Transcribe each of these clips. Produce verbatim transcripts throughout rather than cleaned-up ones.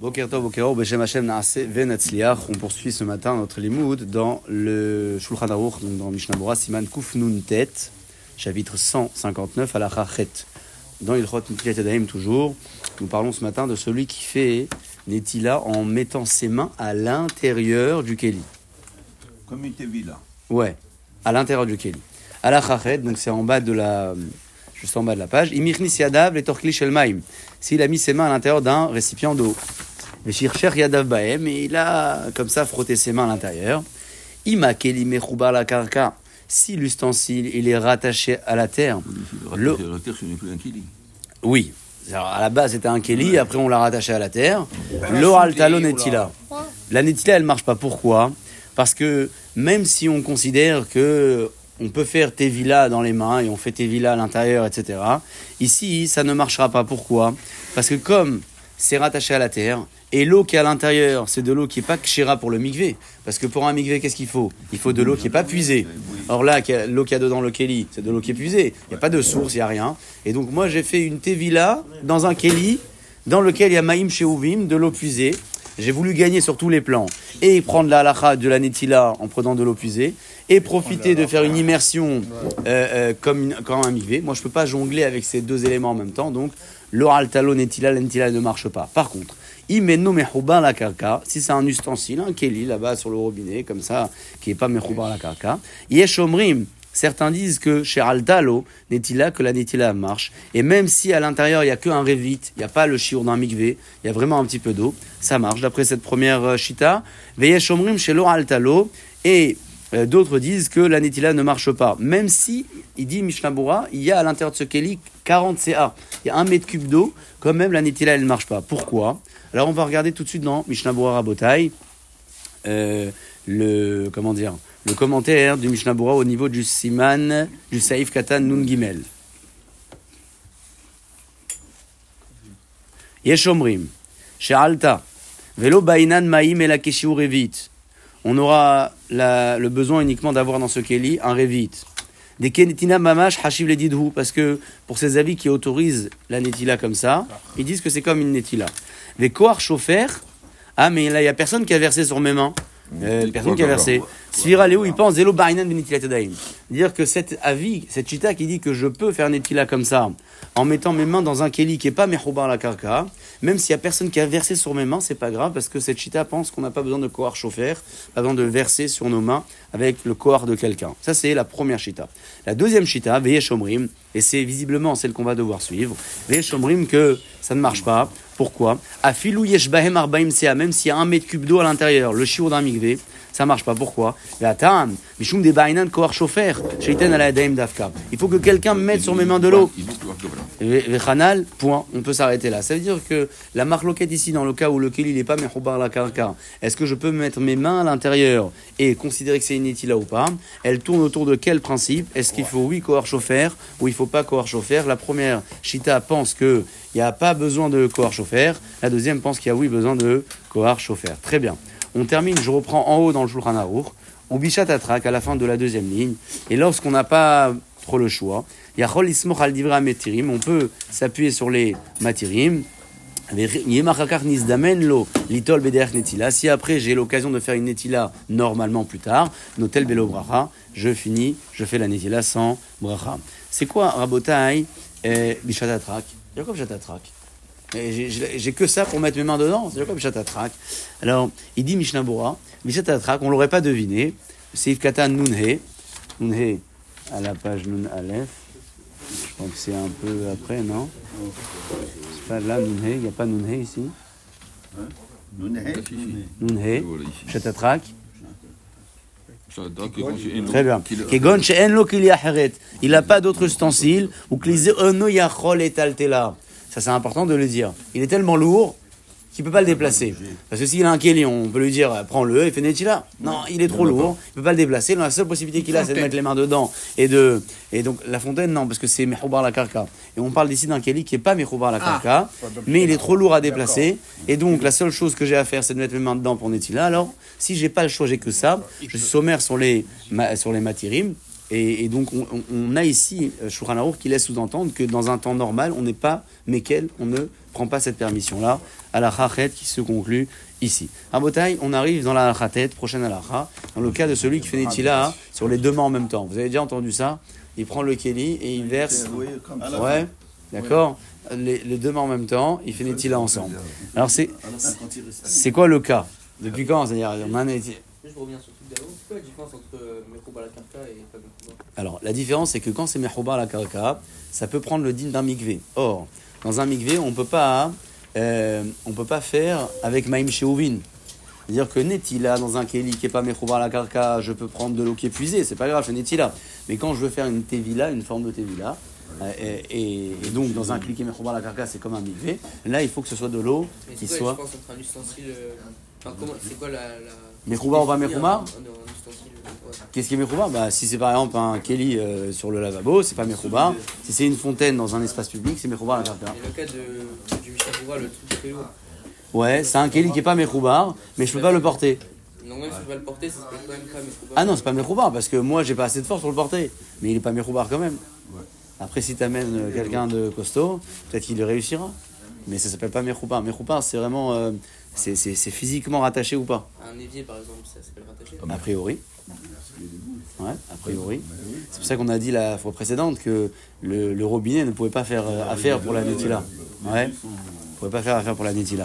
Boker Tov, Boker Or, Beshem Hashem Naase Venatzliach. On poursuit ce matin notre limoud dans le Shulchan Aruch, donc dans Mishnah Bora, Siman Kuf Nun Tet, chapitre cent cinquante-neuf à la Chachet. Dans Ilchot Netilat Yadayim toujours, nous parlons ce matin de celui qui fait Netila en mettant ses mains à l'intérieur du Keli. Comme une tevila. Ouais, à l'intérieur du Keli. À la Chachet, donc c'est en bas de la... juste en bas de la page. Imichnis Yadav le Torkli Shel Maim. S'il a mis ses mains à l'intérieur d'un récipient d'eau. Veshircher Yadav Baem, et il a comme ça frotté ses mains à l'intérieur. Ima Keli Mechoubar la Karka. Si l'ustensile il est rattaché à la terre. Le... La terre, ce n'est plus un keli. Oui. Alors, à la base c'était un Keli, ouais. Après on l'a rattaché à la terre. L'oral talon netila. La netila elle marche pas. Pourquoi ? Parce que même si on considère que on peut faire tevila dans les mains et on fait tevila à l'intérieur, et cetera. Ici, ça ne marchera pas. Pourquoi ? Parce que comme c'est rattaché à la terre et l'eau qui est à l'intérieur, c'est de l'eau qui n'est pas kshira pour le mikvé. Parce que pour un mikvé, qu'est-ce qu'il faut ? Il faut de l'eau qui n'est pas puisée. Or là, l'eau qu'il y a dedans le keli, c'est de l'eau qui est puisée. Il n'y a pas de source, il n'y a rien. Et donc moi, j'ai fait une tevila dans un keli dans lequel il y a maïm sheuvim, de l'eau puisée. J'ai voulu gagner sur tous les plans et prendre la halacha de la netila en prenant de l'eau puisée et profiter de faire une immersion euh, euh, comme, une, comme un mikvé. Moi, je ne peux pas jongler avec ces deux éléments en même temps. Donc, l'oral talo netila, la netila ne marche pas. Par contre, imeno mechouba la karka, si c'est un ustensile, un keli là-bas sur le robinet, comme ça, qui n'est pas mechouba la karka, yesh omrim. Certains disent que chez Altalo, Netila, que la Netila marche. Et même si à l'intérieur, il n'y a qu'un révit, il n'y a pas le chiour d'un mikvé, il y a vraiment un petit peu d'eau, ça marche. D'après cette première shita, Veyesh Omrim chez l'or Altalo, et euh, d'autres disent que la Netila ne marche pas. Même si, il dit Mishnah Bora, il y a à l'intérieur de ce Keli quarante C A. Il y a un mètre cube d'eau, quand même la Netila, elle ne marche pas. Pourquoi ? Alors on va regarder tout de suite dans Mishnah Bora Rabotai, euh, le, comment dire, le commentaire du Mishnah Bora au niveau du Siman, du Saïf Katan Nun Gimel. Yesh Omrim, She'alta, Velo Bainan Maïm et la Keshiu Revit. On aura la, le besoin uniquement d'avoir dans ce Keli un Revit. Des Kenetina Mamash Hashiv le Didhu, parce que pour ces avis qui autorisent la Netila comme ça, ils disent que c'est comme une Netila. Des Kohar Chofer, ah mais là il n'y a personne qui a versé sur mes mains. Euh, personne qui a versé. Sfira Léo, il pense Zélo Barinan Benetilat Yadayim. Dire que cet avis, cette chita qui dit que je peux faire Netila comme ça, en mettant mes mains dans un Keli qui n'est pas Mechoubar la Karka, même s'il n'y a personne qui a versé sur mes mains, c'est pas grave, parce que cette chita pense qu'on n'a pas besoin de Kohar Chofer, pas besoin de verser sur nos mains avec le Kohar de quelqu'un. Ça, c'est la première chita. La deuxième chita, Veyesh Omrim, et c'est visiblement celle qu'on va devoir suivre, Veyesh Omrim que ça ne marche pas. Pourquoi ? Afilou yesh bahem arbaim sea, même s'il y a un mètre cube d'eau à l'intérieur, le shiur d'un mikvé, ça marche pas. Pourquoi ? Ve'atan, mishum de bainan kohar shofer, sheiten ala yadayim dafka. Il faut que quelqu'un me mette sur mes mains de l'eau. Ve'chanal, point. On peut s'arrêter là. Ça veut dire que la marloquette ici, dans le cas où le keli n'est pas mechoubar la karka, est-ce que je peux mettre mes mains à l'intérieur et considérer que c'est une netila ou pas ? Elle tourne autour de quel principe ? Est-ce qu'il faut oui kohar shofer ou il faut pas kohar shofer ? La première shita pense que il n'y a pas besoin de kohar shofer. La deuxième pense qu'il y a oui besoin de kohar shofer. Très bien. On termine, je reprends en haut dans le Shulchan Aruch, ou Bishat Atrak à la fin de la deuxième ligne. Et lorsqu'on n'a pas trop le choix, Yachol Ismoch al Divra Metirim, on peut s'appuyer sur les Matirim. Si après j'ai l'occasion de faire une netila normalement plus tard, notel belo bracha, je finis, je fais la netila sans bracha. C'est quoi Rabotai Bishat Atrak ? C'est quoi Bishat Atrak ? J'ai, j'ai, j'ai que ça pour mettre mes mains dedans, c'est quoi Bishat Atrak ? Alors, il dit Mishnah Bora, Bishat Atrak, on ne l'aurait pas deviné, c'est Katan Nunhe, Nunhe à la page Nun Aleph, je crois que c'est un peu après, non ? C'est pas là Nunhe, il n'y a pas Nunhe ici ? Nunhe Nunhe, Bishat Atrak. Très bien. Kegon she'en lo kli acheret. Il n'a pas d'autre ustensile, ou klize ono yachol etaltela. Ça, c'est important de le dire. Il est tellement lourd qu'il ne peut pas le déplacer. Parce que s'il a un kéli, on peut lui dire « prends-le et fais netila ». Non, il est trop lourd, il ne peut pas le déplacer. Donc, la seule possibilité qu'il a, c'est de mettre les mains dedans. Et, de... et donc, la fontaine, non, parce que c'est mechoubar la karka. Et on parle ici d'un kéli qui n'est pas mechoubar la karka, ah, mais il est trop lourd à déplacer. Et donc, la seule chose que j'ai à faire, c'est de mettre mes mains dedans pour netila. Alors, si je n'ai pas le choix, j'ai que ça. Je suis sommaire sur les, sur les matirim. Et, et donc, on, on a ici Shulchan Aruch qui laisse sous-entendre que dans un temps normal, on n'est pas mékel, on ne prend pas cette permission-là, à la chachet qui se conclut ici. À Botaï, on arrive dans la chachet, prochaine halakha, dans le cas de celui qui fait Netila sur les deux mains en même temps. Vous avez déjà entendu ça? Il prend le kéli et il verse. Ouais, d'accord. Les, les deux mains en même temps, il fait Netila ensemble. Alors c'est, c'est quoi le cas? Depuis quand? C'est-à-dire, on a Netila. Juste pour revenir sur le truc d'avant, c'est quoi la différence entre Mechouba la Karka et pas Mechouba? Alors, la différence, c'est que quand c'est Mechouba la Karka, ça peut prendre le din d'un mikvé. Or, dans un mikvé, on peut pas, euh, on peut pas faire avec Maïm Sheouvin. C'est-à-dire que Netila, dans un Kéli qui n'est pas Mechouba la Karka, je peux prendre de l'eau qui est puisée, c'est pas grave, je fais Netila. Mais quand je veux faire une Tevila, une forme de Tevila, euh, et, et, et donc dans un Kéli qui est Mechouba la Karka, c'est comme un mikvé, là, il faut que ce soit de l'eau Mais qui c'est soit. quoi la différence entre un ustensile. euh, Enfin, comment, c'est quoi la. la... Mechouba, on va Mechouba? Un, un, un ustensile. Ouais. Qu'est-ce qui est Mechouba? Bah, si c'est par exemple un Kéli euh, sur le lavabo, c'est pas Mechouba. Si c'est une fontaine dans un espace public, c'est Mechouba la Karka. Et le cas de, du Mishnah, le truc très lourd. Ouais, c'est un Kéli qui est pas Mechouba, mais je peux pas le porter. Donc même si je vais le porter, ça s'appelle quand même pas Mechouba. Ah non, c'est pas Mechouba, parce que moi j'ai pas assez de force pour le porter. Mais il est pas Mechouba quand même. Après, si t'amènes euh, quelqu'un de costaud, peut-être qu'il réussira. Mais ça s'appelle pas Mechouba. Mechouba, c'est vraiment. Euh, c'est, c'est, c'est physiquement rattaché ou pas? Un évier par exemple, ça s'appelle rattaché. A priori. Ouais, a priori. C'est pour ça qu'on a dit la fois précédente que le, le robinet ne pouvait pas faire euh, affaire pour la Netila. Ouais, ne pouvait pas faire affaire pour la Netila.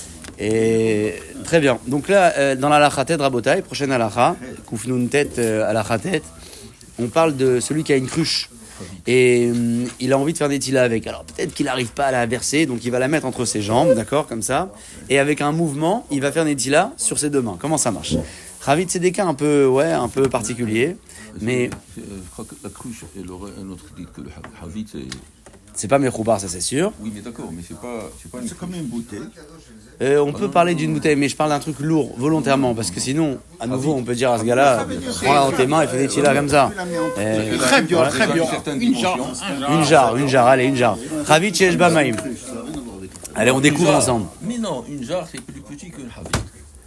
Et très bien. Donc là, euh, dans la lachatet Rabotai, prochaine halakha, Koufnoun tête euh, à la lachatet, on parle de celui qui a une cruche. Et hum, il a envie de faire des tilas avec. Alors peut-être qu'il n'arrive pas à la verser, donc il va la mettre entre ses jambes, d'accord, comme ça. Et avec un mouvement, il va faire des tilas sur ses deux mains. Comment ça marche? Ravit, c'est des cas un peu, ouais, un peu particuliers, mais Je crois que la cruche, elle aurait un autre dit que le Havit, c'est. c'est pas Mechoubar, ça c'est sûr. Oui, mais d'accord, mais c'est pas, c'est pas une. C'est comme une bouteille. Euh, on peut parler d'une bouteille, mais je parle d'un truc lourd, volontairement, parce que sinon, à nouveau, on peut dire à ce gars-là, prends-la dans tes mains et fais des tilas comme ça. Euh, Très bien, ouais. très bien. Une jarre. Une jarre, une jarre, allez, une jarre. Ravit chez Eshbamaim. Allez, on découvre ensemble. Mais non, une jarre, c'est plus petit qu'un Havit.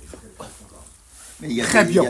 Très bien.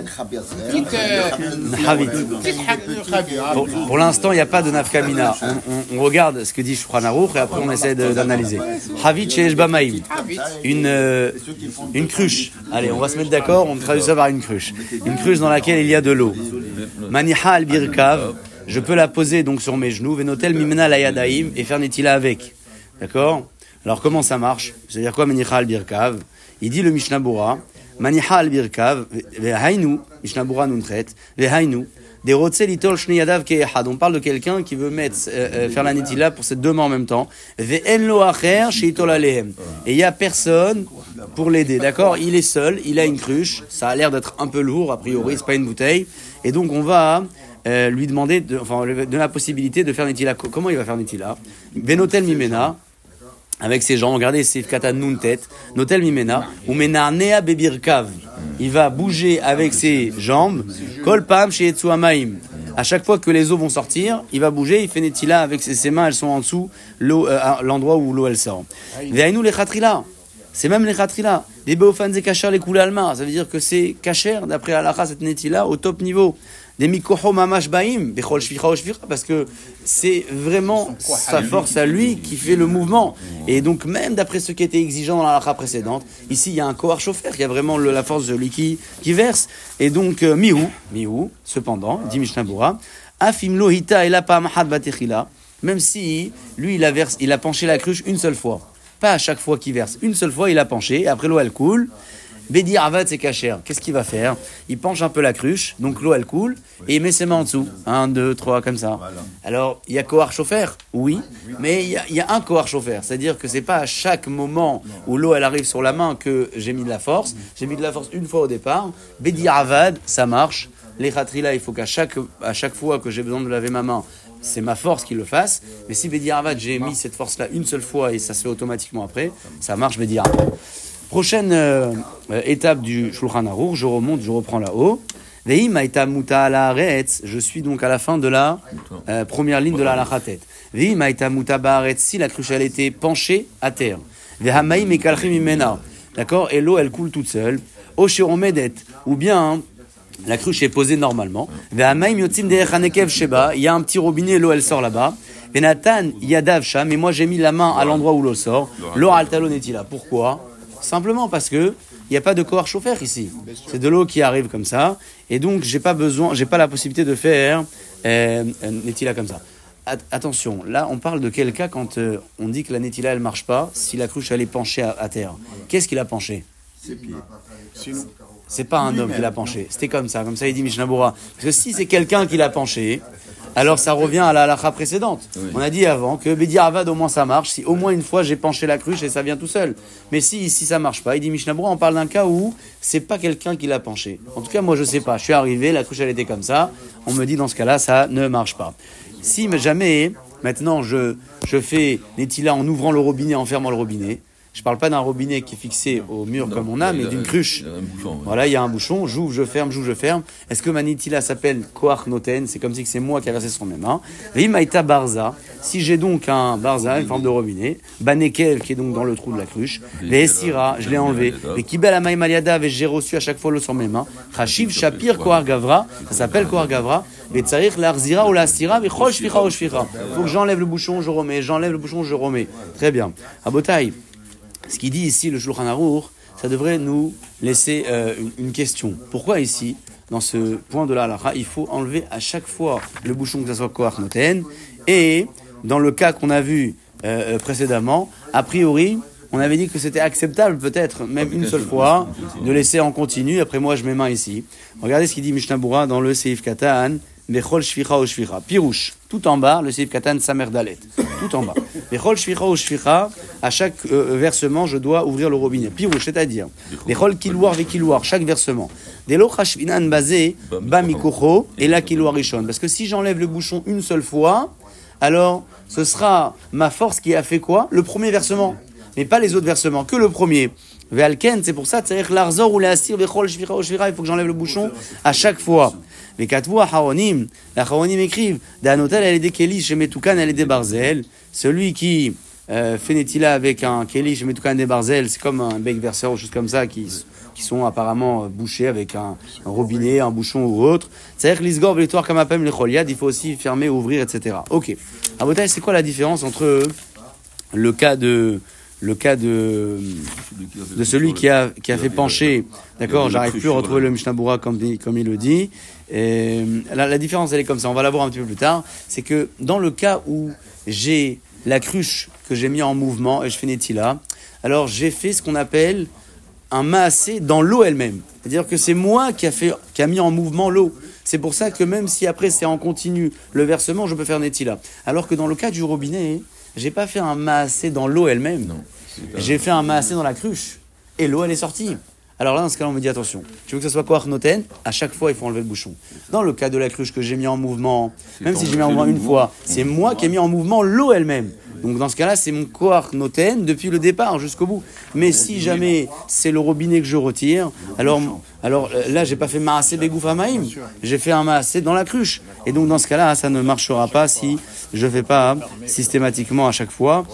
Ravit. Très bien. Pour, pour l'instant, il n'y a pas de nafkamina. On, on, on regarde ce que dit Shulchan Aruch et après on essaie de, d'analyser. Havit chez Eshbamaim. Une, euh, une cruche. Allez, on va se mettre d'accord, on traduit ça par une cruche. Une cruche dans laquelle il y a de l'eau. Maniha al birkav. Je peux la poser donc sur mes genoux. Venotel mimena la yadaim et faire netila avec. D'accord? Alors comment ça marche? C'est-à-dire quoi maniha al birkav? Il dit le Mishnah Bura. Maniha al birkav, vehainu, Mishnah Bura nuntret, vehainu, des rotse litol shnei yadav ke'ehad. On parle de quelqu'un qui veut mettre, euh, euh, faire la netila pour ses deux mains en même temps. Ve'en lo acher sheitol alehem. Et il y a personne pour l'aider, d'accord? Il est seul, il a une cruche, ça a l'air d'être un peu lourd, a priori, c'est pas une bouteille. Et donc on va euh, lui demander, de, enfin, de la possibilité de faire netila. Comment il va faire netila? Venotel mimena. Avec ses jambes, regardez, c'est kata nun tête, notel mimena, ou mena nea bebirkav. Il va bouger avec ses jambes, kol pam chez Etsuamaim. À chaque fois que les eaux vont sortir, il va bouger, il fait netila avec ses, ses mains, elles sont en dessous, l'eau, euh, l'endroit où l'eau elle sort. Ve'ainu les chatrila. C'est même les chatrila. Les beofan ze kasher les koulé alma. Ça veut dire que c'est kasher, d'après halakha, cette netila, au top niveau. Des mikoho mamash baim, bechol shvicha o shvicha, parce que c'est vraiment sa force à lui qui fait le mouvement. Et donc, même d'après ce qui était exigeant dans la halakha précédente, ici, il y a un kohar chauffeur, il y a vraiment le, la force de lui qui, qui verse. Et donc, euh, mihu, mihu, cependant, dit Mishnah Bura, afim lohita ela pa'amahad batechila, même si, lui, il a, verse, il a penché la cruche une seule fois. Pas à chaque fois qu'il verse. Une seule fois, il a penché, et après l'eau, elle coule. Bédi Arvad, c'est kasher. Qu'est-ce qu'il va faire? Il penche un peu la cruche, donc l'eau elle coule, et il met ses mains en dessous. Un, deux, trois, comme ça. Alors, il y a kohar chauffeur? Oui, mais il y a, il y a un kohar chauffeur. C'est-à-dire que c'est pas à chaque moment où l'eau elle arrive sur la main que j'ai mis de la force. J'ai mis de la force une fois au départ. Bédi Arvad, ça marche. Les khatrila, il faut qu'à chaque, à chaque fois que j'ai besoin de laver ma main, c'est ma force qui le fasse. Mais si Bédi Arvad, j'ai mis cette force-là une seule fois et ça se fait automatiquement après, ça marche Bédi Arvad. Prochaine euh, euh, étape du Shulchan Aruch, je remonte, je reprends là-haut. Ve'im haïta muta ala haaretz, je suis donc à la fin de la euh, première ligne de la halachatet. Ve'im haïta muta ba'aretz, si la cruche elle était penchée à terre. Ve'hamaim mekalchim imena, d'accord, et l'eau elle coule toute seule. Osheromedet, ou bien hein, la cruche est posée normalement. Ve'hamaim yotzim derech hanekev sheba, il y a un petit robinet, l'eau elle sort là-bas. Benatan yadav sham, et moi j'ai mis la main à l'endroit où l'eau sort. L'eau altalo netila. Pourquoi? Simplement parce que il n'y a pas de kohar chauffer ici. C'est de l'eau qui arrive comme ça, et donc j'ai pas besoin, j'ai pas la possibilité de faire euh, netila comme ça. At- attention, là on parle de quel cas quand euh, on dit que la netila elle marche pas, si la cruche elle est penchée à, à terre. Qu'est-ce qu'il a penché? Ses pieds. Sinon, C'est pas un homme qui l'a penché, c'était comme ça, comme ça il dit Mishnah Bura. Parce que si c'est quelqu'un qui l'a penché, alors ça revient à la halakha précédente. Oui. On a dit avant que Bedi Avad au moins ça marche, si au moins une fois j'ai penché la cruche et ça vient tout seul. Mais si si ça marche pas, il dit Mishnah Bura, on parle d'un cas où c'est pas quelqu'un qui l'a penché. En tout cas moi je sais pas, je suis arrivé, la cruche elle était comme ça, on me dit dans ce cas-là ça ne marche pas. Si mais jamais, maintenant je, je fais Netila en ouvrant le robinet, en fermant le robinet. Je parle pas d'un robinet qui est fixé au mur Non, comme on a, il y mais a- d'une cruche. il y a un bouchon, ouais. Voilà, il y a un bouchon, j'ouvre, je ferme, j'ouvre, je ferme. Est-ce que ma Netila s'appelle Koach Noten? C'est comme si que c'est moi qui a versé sur mes mains. Vimaïta Barza, si j'ai donc un Barza, une forme de robinet, Banekev qui est donc dans le trou de la cruche, Vesira, je l'ai enlevé, et Kibel Amaï Maliada, et j'ai reçu à chaque fois l'eau sur mes mains. Chachiv Shapir Koach Gavra, ça s'appelle Koach Gavra. Vetsarir l'Arzira ou l'Astira, Vichol Shficha ou Shficha. Faut que j'enlève le bouchon, je remets, j'enlève le bouchon, je remets. Très bien. Abotai. Ce qu'il dit ici, le Shulchan Aruch, ça devrait nous laisser euh, une, une question. Pourquoi ici, dans ce point de la halakha, il faut enlever à chaque fois le bouchon, que ce soit Koach Noten, et dans le cas qu'on a vu euh, précédemment, a priori, on avait dit que c'était acceptable peut-être, même une seule fois, de laisser en continu. Après moi, je mets main ici. Regardez ce qu'il dit Mishnah Bura dans le Seif Katan, Bechol Shficha ou Shficha. Pirouche, tout en bas, le Seif Katan Samer Dalet, tout en bas. Bechol Shficha ou Shficha, à chaque euh, versement, je dois ouvrir le robinet. Pirouche, c'est-à-dire, Bechol Kilouar ve Kilouar, chaque versement. Delo Chashvinan Bazé, Bamikocho, et la Kilouar Rishon. Parce que si j'enlève le bouchon une seule fois, alors ce sera ma force qui a fait quoi? Le premier versement, mais pas les autres versements, que le premier. Ve'alken, c'est pour ça, c'est-à-dire l'arzor ou l'astir, Bechol Shficha ou Shficha, il faut que j'enlève le bouchon à chaque fois. Les katvu haronim, les haronim écrivent, d'anotel elle est des keli chez Metoukan elle est des barzel. Celui qui euh, fait netila avec un keli chez Metoukan des barzel, c'est comme un bec verseur ou choses comme ça qui qui sont apparemment bouchés avec un, un robinet, un bouchon ou autre. C'est-à-dire que l'isgor v'litoir comme appelle les choliad, il faut aussi fermer, ouvrir, et cetera. Ok. À Botaï, c'est quoi la différence entre le cas de le cas de de celui qui a qui a fait pencher, d'accord, j'arrive plus à retrouver le Mishnah Bura comme comme il le dit. Et la, la différence elle est comme ça, on va la voir un petit peu plus tard, c'est que dans le cas où j'ai la cruche que j'ai mis en mouvement et je fais netila, alors j'ai fait ce qu'on appelle un maasé dans l'eau elle-même. C'est-à-dire que c'est moi qui a fait qui a mis en mouvement l'eau. C'est pour ça que même si après c'est en continu le versement, je peux faire netila. Alors que dans le cas du robinet, j'ai pas fait un maasé dans l'eau elle-même. Non. J'ai fait un maasé dans la cruche et l'eau elle est sortie. Alors là, dans ce cas-là, on me dit attention. Tu veux que ça soit Koach Noten? À chaque fois, il faut enlever le bouchon. Dans le cas de la cruche que j'ai mis en mouvement, C'est même ton- si j'ai mis en c'est mouvement le une mouvement. fois, c'est moi qui ai mis en mouvement l'eau elle-même. Donc dans ce cas-là, c'est mon Koach Noten depuis le départ jusqu'au bout. Mais si jamais c'est le robinet que je retire, alors, alors euh, là, j'ai pas fait Maasé Begouf Hamaïm. J'ai fait un Maasé dans la cruche. Et donc dans ce cas-là, ça ne marchera pas si je fais pas systématiquement à chaque fois.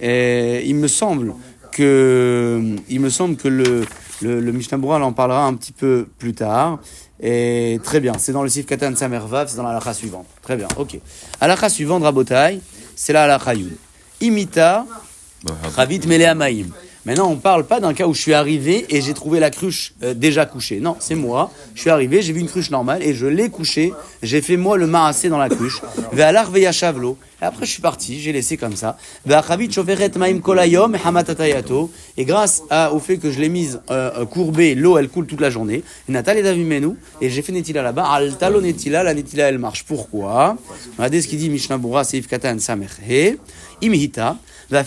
Et il me semble que, il me semble que le Le, le Mishnah Bura, en parlera un petit peu plus tard. Et très bien, c'est dans le Sif Katan Samervav, c'est dans la halakha suivante. Très bien, ok. Halakha suivante, Rabotai, c'est la halakha Yud. Imita, Ravit Melea Maïm. Maintenant, on ne parle pas d'un cas où je suis arrivé et j'ai trouvé la cruche euh, déjà couchée. Non, c'est moi. Je suis arrivé, j'ai vu une cruche normale et je l'ai couchée. J'ai fait moi le maassé dans la cruche. Ve'alar ve'yashavlo. Et après, je suis parti, j'ai laissé comme ça. Ve'achavit shoferet maim kolayom hamatatayato. Et grâce à, au fait que je l'ai mise euh, courbée, l'eau elle coule toute la journée. Natal et davimenu. Et j'ai fait netila là-bas. Al talo netila, la netila elle marche. Pourquoi? Regardez ce qu'il dit Mishnah Bura, Seif Katan Samerhe. Imhita.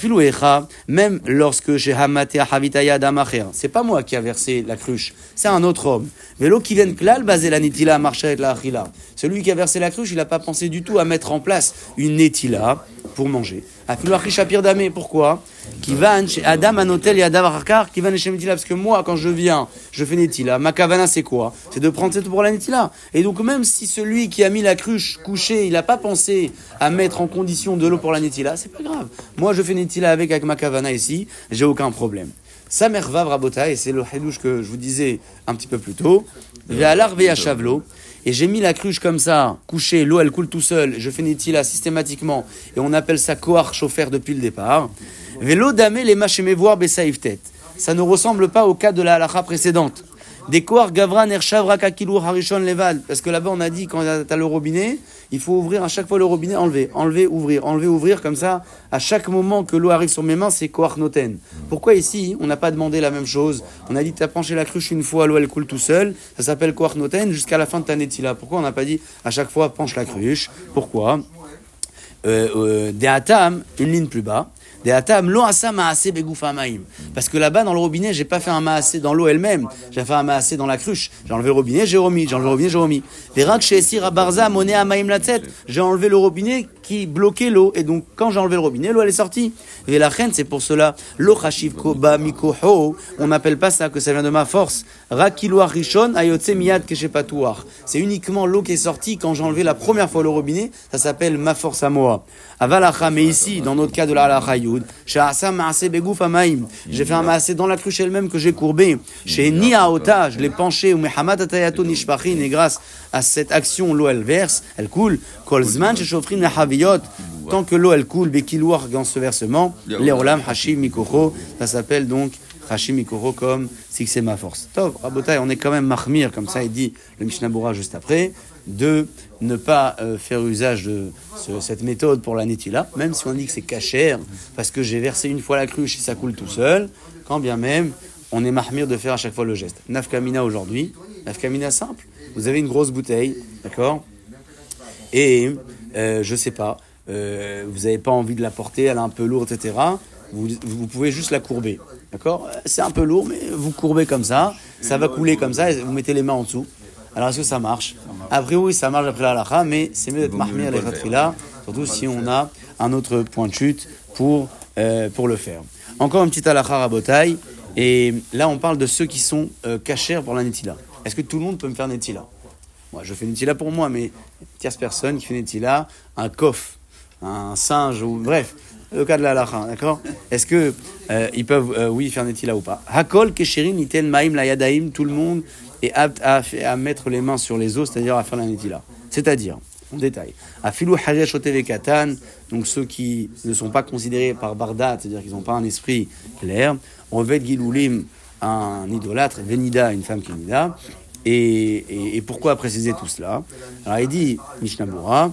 Même lorsque chez Hamatea Havitaya Damacher, c'est pas moi qui a versé la cruche, c'est un autre homme. Vélo qui vient klal basé la netila marcher la achila. Celui qui a versé la cruche, il n'a pas pensé du tout à mettre en place une netila pour manger. Afilu achishapir damé, pourquoi? Qui va chez Adam Anotel et Adam Arkar, qui va chez netila, parce que moi quand je viens, je fais netila. Ma kavana c'est quoi? C'est de prendre cette pour la netila. Et donc même si celui qui a mis la cruche couchée, il n'a pas pensé à mettre en condition de l'eau pour la netila, c'est pas grave. Moi je fais netila avec avec ma kavana ici, j'ai aucun problème. Samervav Rabota, et c'est le hedouche que je vous disais un petit peu plus tôt. Ve'alar ve'yashavlo. et j'ai mis la cruche comme ça, couchée, l'eau elle coule tout seul, je fais Netila systématiquement, et on appelle ça Koach Chofer depuis le départ. Vélo damé les machemevoir besaïftet. Ça ne ressemble pas au cas de la halakha précédente. Des Koach Gavran Ershav Rakakilu Harishon Levad. Parce que là-bas on a dit, quand tu as le robinet, il faut ouvrir à chaque fois le robinet, enlever, enlever, ouvrir, enlever, ouvrir, comme ça, à chaque moment que l'eau arrive sur mes mains, c'est Koach Noten. Pourquoi ici, on n'a pas demandé la même chose? On a dit, tu as penché la cruche une fois, l'eau elle coule tout seul, ça s'appelle Koach Noten jusqu'à la fin de ta Netila. Pourquoi on n'a pas dit, à chaque fois, penche la cruche? Pourquoi euh, euh, Des Hatam, une ligne plus bas. Des Hatam, lo asa maasé begoufa maim. Parce que là-bas, dans le robinet, j'ai pas fait un maasé dans l'eau elle-même. J'ai fait un maasé dans la cruche. J'ai enlevé le robinet, j'ai remis. J'ai enlevé le robinet, j'ai remis. Des rak sheesir abarza moné amaim latzet. J'ai enlevé le robinet qui bloquait l'eau. Et donc, quand j'ai enlevé le robinet, l'eau elle est sortie. Et la reine, c'est pour cela. Lo chashiv koba mikoho. On n'appelle pas ça que ça vient de ma force. Rakilo rishon ayotse miyad keshepatuach. C'est uniquement l'eau qui est sortie quand j'ai enlevé la première fois le robinet. Ça s'appelle ma force à moi. Avalacha, mais ici, dans notre cas de la halakha yud, j'ai fait un maasé dans la cruche elle-même que j'ai courbé. Chez Nia Ota, je l'ai penché, ou Mehamad Atayato Nishpachin, et grâce à cette action, l'eau elle verse, elle coule. Kolzman, chez Shofrin Nahaviyot, tant que l'eau elle coule, Bekilouar dans ce versement, Leolam Hashim Mikocho, ça s'appelle donc Hashim Mikocho comme si c'est ma force. Tov, Rabotai, on est quand même mahmir, comme ça il dit le Mishnah Bora juste après, de ne pas euh, faire usage de ce, cette méthode pour la netila, même si on dit que c'est cachère, parce que j'ai versé une fois la cruche et ça coule tout seul, quand bien même on est mahmir de faire à chaque fois le geste. Nafkamina aujourd'hui, nafkamina simple, vous avez une grosse bouteille, d'accord, et euh, je sais pas, euh, vous n'avez pas envie de la porter, elle est un peu lourde, et cetera. Vous, vous pouvez juste la courber, d'accord? C'est un peu lourd, mais vous courbez comme ça, ça va couler comme ça, et vous mettez les mains en dessous. Alors, est-ce que ça marche? Après, oui, ça marche après la halakha, mais c'est mieux d'être mahmir les khatfila, surtout si on a un autre point de chute pour, euh, pour le faire. Encore une petite halakha rabotai, et là, on parle de ceux qui sont euh, cachers pour la netila. Est-ce que tout le monde peut me faire netila? Moi, je fais netila pour moi, mais tierce personne qui fait netila, un kof, un singe, ou bref, le cas de la halakha, d'accord? Est-ce que euh, ils peuvent, euh, oui, faire netila ou pas? Hakol, kesherin, iten, maim, la yadaim, tout le monde est apte à, à mettre les mains sur les os, c'est-à-dire à faire la netila. C'est-à-dire, on détaille. Afilou haresh oteve katan, donc ceux qui ne sont pas considérés par bardat, c'est-à-dire qu'ils n'ont pas un esprit clair. Ovet giloulim, un idolâtre, venida, une femme qui est nida. Et, et, et pourquoi préciser tout cela? Alors il dit, Mishnah Bora,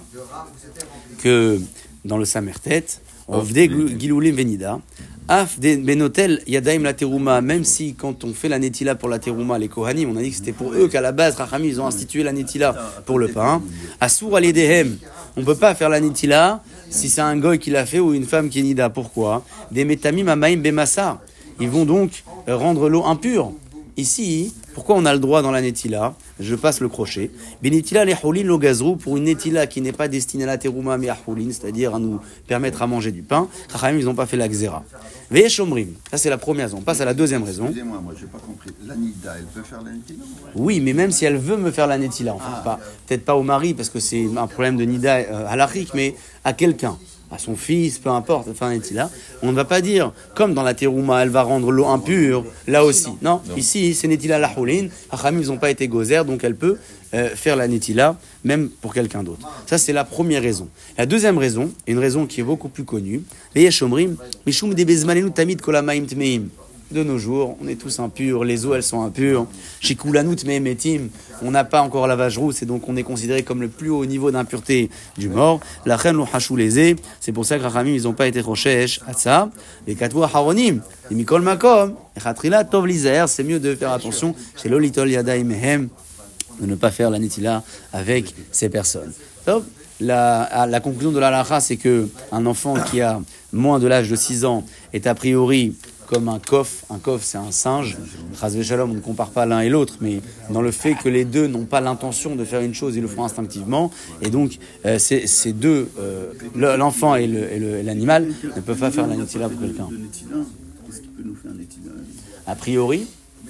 que dans le Samertet, Ovde giloulim venida, Af de benotel yadaim la terouma, même si quand on fait la netila pour la terouma, les kohanim, on a dit que c'était pour eux qu'à la base, Rachamim, ils ont institué la netila pour le pain. Assour alidehem, on ne peut pas faire la netila si c'est un goy qui l'a fait ou une femme qui est nida. Pourquoi? Des metamim amaim bemassa, ils vont donc rendre l'eau impure. Ici, pourquoi on a le droit dans la netila? Je passe le crochet. Benetila les houlin lo gazrou, pour une netila qui n'est pas destinée à la terouma mais à houlin, c'est-à-dire à nous permettre à manger du pain. Chachamim, ils n'ont pas fait la xéra. Veyesh omrim, ça c'est la première raison. On passe à la deuxième raison. Excusez-moi, moi j'ai pas compris. La nida, elle peut faire la netila? Oui, mais même si elle veut me faire la netila, enfin, pas, peut-être pas au mari parce que c'est un problème de nida euh, halakhique, mais à quelqu'un. À son fils, peu importe, enfin, netila, on ne va pas dire, comme dans la terouma, elle va rendre l'eau impure, là aussi. Non, non. Ici, c'est netila la houlin, Hachamim, ils n'ont pas été gozer, donc elle peut euh, faire la netila, même pour quelqu'un d'autre. Ça, c'est la première raison. La deuxième raison, une raison qui est beaucoup plus connue, Veyesh omrim, mishum de bezmalenu tamid kolamaim tmeim. De nos jours, on est tous impurs, les eaux elles sont impures. Chez Koulanut Mehemetim, on n'a pas encore lavage rousse et donc on est considéré comme le plus haut niveau d'impureté du mort. La reine l'ont hachou lésé, c'est pour ça que Rachamim ils n'ont pas été rochesh à ça. Les katvu haronim, les mikol makom, les chatrila tov lizer, c'est mieux de faire attention chez l'olitol yadaim mehem, de ne pas faire la netila avec ces personnes. Donc, la, la conclusion de la halakha, c'est que un enfant qui a moins de l'âge de six ans est a priori comme un kof. Un kof, c'est un singe. Chas v'shalom, on ne compare pas l'un et l'autre, mais dans le fait que les deux n'ont pas l'intention de faire une chose, ils le font instinctivement. Et donc, euh, ces, ces deux, euh, l'enfant et, le, et, le, et l'animal, ne peuvent pas faire la netila pour quelqu'un. Qu'est-ce qui peut nous faire netila? A priori,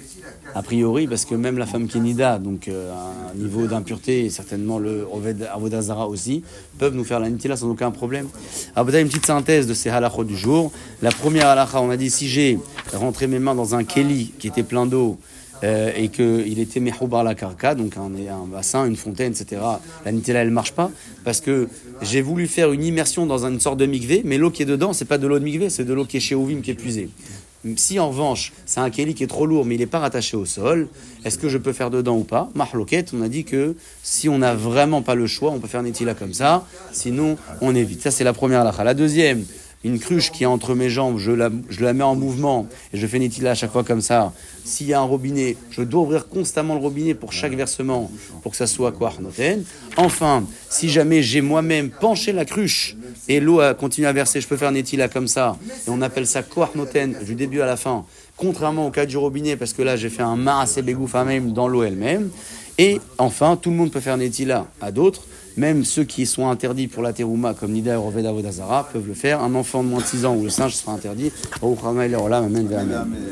a priori, parce que même la femme qui est nida, donc euh, un niveau d'impureté, et certainement le Oved Avodah Zara aussi, peuvent nous faire la netila sans aucun problème. Alors peut-être une petite synthèse de ces halachot du jour. La première halakha, on a dit, si j'ai rentré mes mains dans un keli qui était plein d'eau, euh, et qu'il était mehoubar la karka, donc un, un bassin, une fontaine, et cetera. La nitila, elle marche pas parce que j'ai voulu faire une immersion dans une sorte de mikvé, mais l'eau qui est dedans, c'est pas de l'eau de mikvé, c'est de l'eau qui est chez Ouvim, qui est puisée. Si en revanche, c'est un kéli qui est trop lourd, mais il n'est pas rattaché au sol, est-ce que je peux faire dedans ou pas? Mahloket, on a dit que si on n'a vraiment pas le choix, on peut faire un nitila comme ça, sinon on évite. Ça, c'est la première halakha. La deuxième, une cruche qui est entre mes jambes, je la, je la mets en mouvement et je fais nitila à chaque fois comme ça. S'il y a un robinet, je dois ouvrir constamment le robinet pour chaque versement, pour que ça soit quoi, noten. Enfin, si jamais j'ai moi-même penché la cruche et l'eau a continué à verser, je peux faire nitila comme ça. Et on appelle ça koach noten du début à la fin. Contrairement au cas du robinet, parce que là j'ai fait un maaseh begouf même dans l'eau elle-même. Et enfin, tout le monde peut faire nitila à d'autres. Même ceux qui sont interdits pour la terouma, comme Nida et Roveda Vodazara, peuvent le faire. Un enfant de moins de six ans où le singe sera interdit.